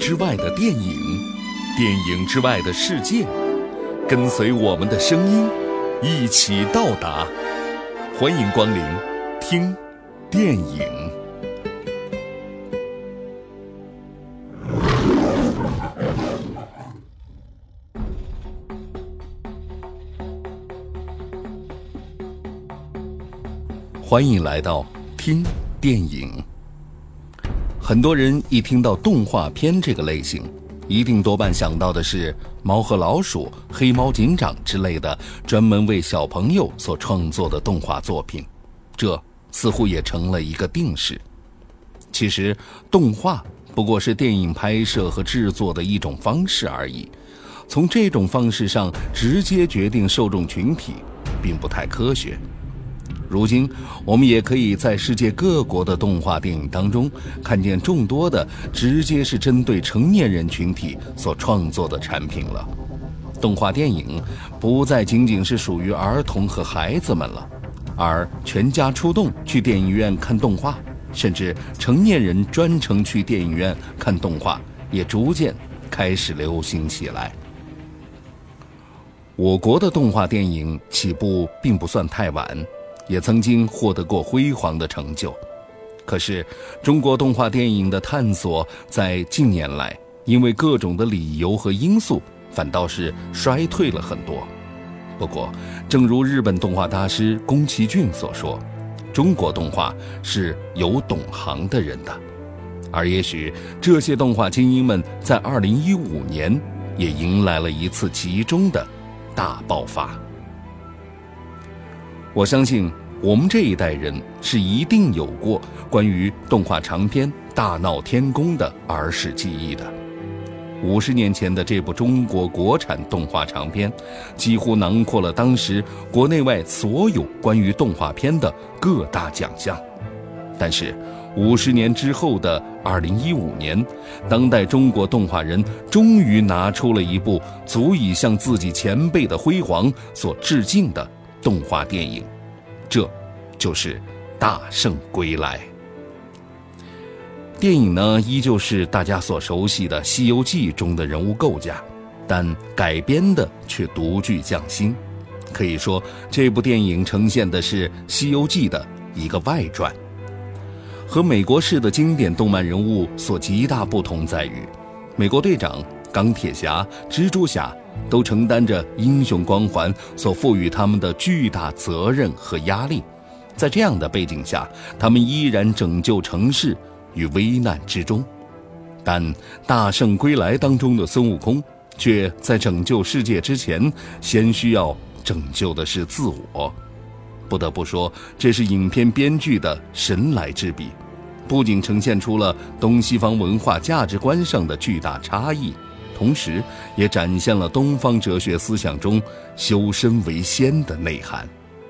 之外的电影，电影之外的世界，跟随我们的声音，一起到达。欢迎光临听电影。欢迎来到听电影。很多人一听到动画片这个类型，一定多半想到的是猫和老鼠、黑猫警长之类的专门为小朋友所创作的动画作品，这似乎也成了一个定式。其实动画不过是电影拍摄和制作的一种方式而已，从这种方式上直接决定受众群体并不太科学。如今我们也可以在世界各国的动画电影当中看见众多的直接是针对成年人群体所创作的产品了。动画电影不再仅仅是属于儿童和孩子们了，而全家出动去电影院看动画，甚至成年人专程去电影院看动画也逐渐开始流行起来。我国的动画电影起步并不算太晚，也曾经获得过辉煌的成就。可是中国动画电影的探索在近年来因为各种的理由和因素反倒是衰退了很多。不过正如日本动画大师宫崎骏所说，中国动画是有懂行的人的。而也许这些动画精英们在2015年也迎来了一次集中的大爆发。我相信我们这一代人是一定有过关于动画长片《大闹天宫》的儿时记忆的。50年前的这部中国国产动画长片几乎囊括了当时国内外所有关于动画片的各大奖项。但是50年之后的2015年，当代中国动画人终于拿出了一部足以向自己前辈的辉煌所致敬的动画电影，这就是《大圣归来》。电影呢，依旧是大家所熟悉的《西游记》中的人物构架，但改编的却独具匠心。可以说，这部电影呈现的是《西游记》的一个外传。和美国式的经典动漫人物所极大不同在于，美国队长、钢铁侠、蜘蛛侠都承担着英雄光环所赋予他们的巨大责任和压力，在这样的背景下，他们依然拯救城市于危难之中。但《大圣归来》当中的孙悟空却在拯救世界之前，先需要拯救的是自我。不得不说，这是影片编剧的神来之笔，不仅呈现出了东西方文化价值观上的巨大差异，同时也展现了东方哲学思想中修身为先的内涵。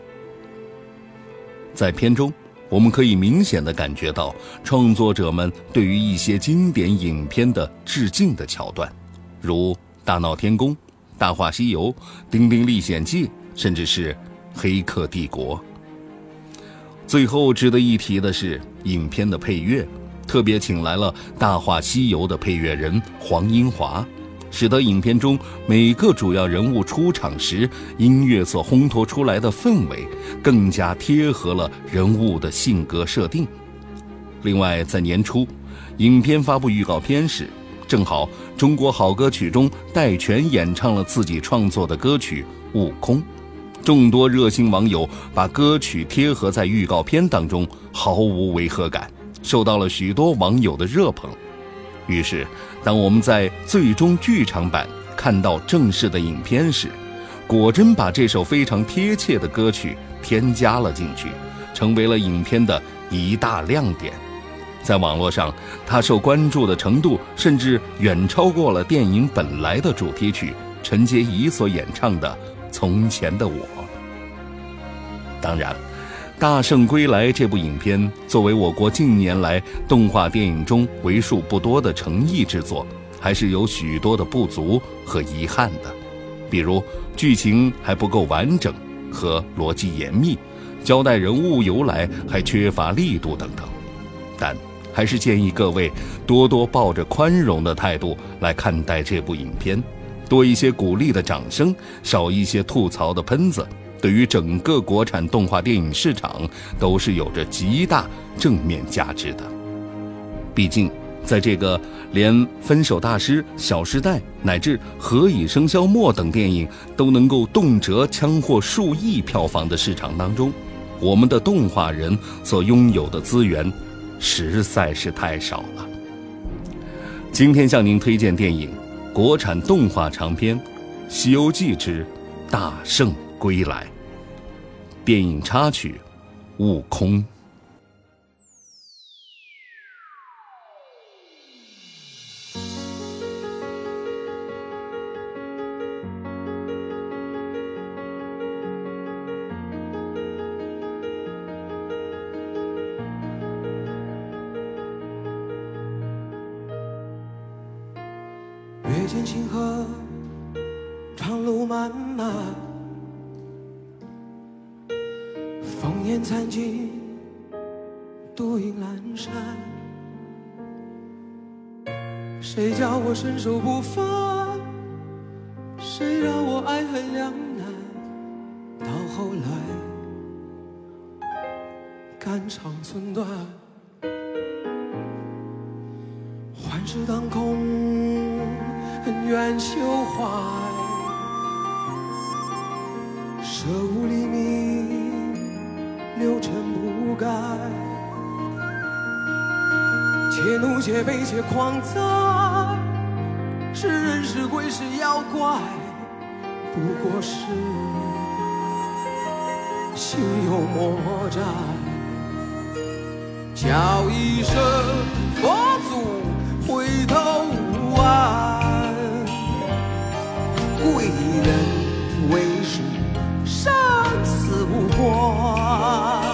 在片中，我们可以明显地感觉到创作者们对于一些经典影片的致敬的桥段，如《大闹天宫》、《大话西游》、《丁丁历险记》，甚至是《黑客帝国》。最后值得一提的是影片的配乐，特别请来了《大话西游》的配乐人黄英华，使得影片中每个主要人物出场时音乐所烘托出来的氛围更加贴合了人物的性格设定。另外，在年初影片发布预告片时，正好中国好歌曲中戴荃演唱了自己创作的歌曲《悟空》，众多热心网友把歌曲贴合在预告片当中，毫无违和感，受到了许多网友的热捧。于是当我们在最终剧场版看到正式的影片时，果真把这首非常贴切的歌曲添加了进去，成为了影片的一大亮点。在网络上，它受关注的程度甚至远超过了电影本来的主题曲陈洁仪所演唱的《从前的我》。当然，《大圣归来》这部影片作为我国近年来动画电影中为数不多的诚意之作，还是有许多的不足和遗憾的。比如剧情还不够完整和逻辑严密，交代人物由来还缺乏力度等等。但还是建议各位多多抱着宽容的态度来看待这部影片，多一些鼓励的掌声，少一些吐槽的喷子，对于整个国产动画电影市场都是有着极大正面价值的。毕竟在这个连《分手大师》《小时代》乃至《何以笙箫默》等电影都能够动辄枪获数亿票房的市场当中，我们的动画人所拥有的资源实在是太少了。今天向您推荐电影国产动画长片《西游记之大圣归来》，电影插曲《悟空》。 阅尽星河，长路漫漫，烽烟残尽，独影阑珊。谁叫我身手不凡？谁让我爱恨两难？到后来，肝肠寸断，幻世当空，恩怨休怀，舍吾黎明，六尘不改。且怒且悲且狂哉，是人是鬼是妖怪，不过是心有魔债。叫一声佛祖回头望，贵人为师，生死无关。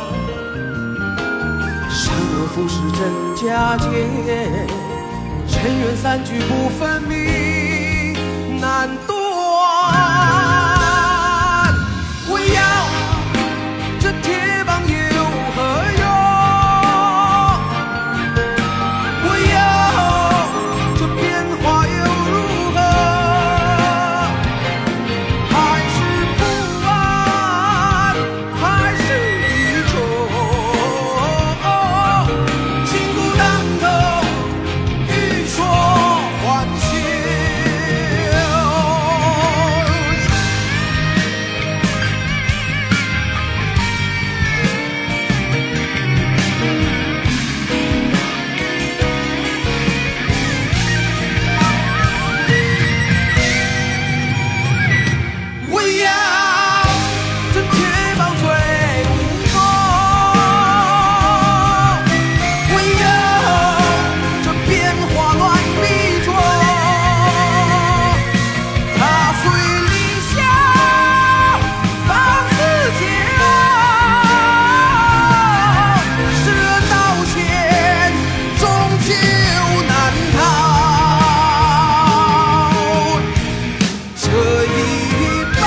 善恶浮世真假界，尘缘三聚不分明，难断。我要这铁棒有何用？我要这变化又如何？还是不安，还是离愁，心孤单头，欲说还休。我要这铁棒催无风，我要这变化乱迷踪。踏碎理想，放肆桀骜，是恶道险，终究难逃。这一棒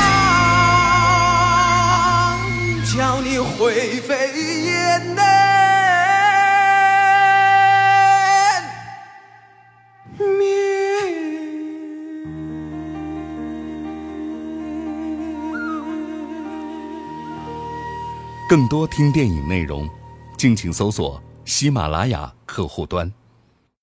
叫你灰飞烟灭。 更多听电影内容，敬请搜索喜马拉雅客户端。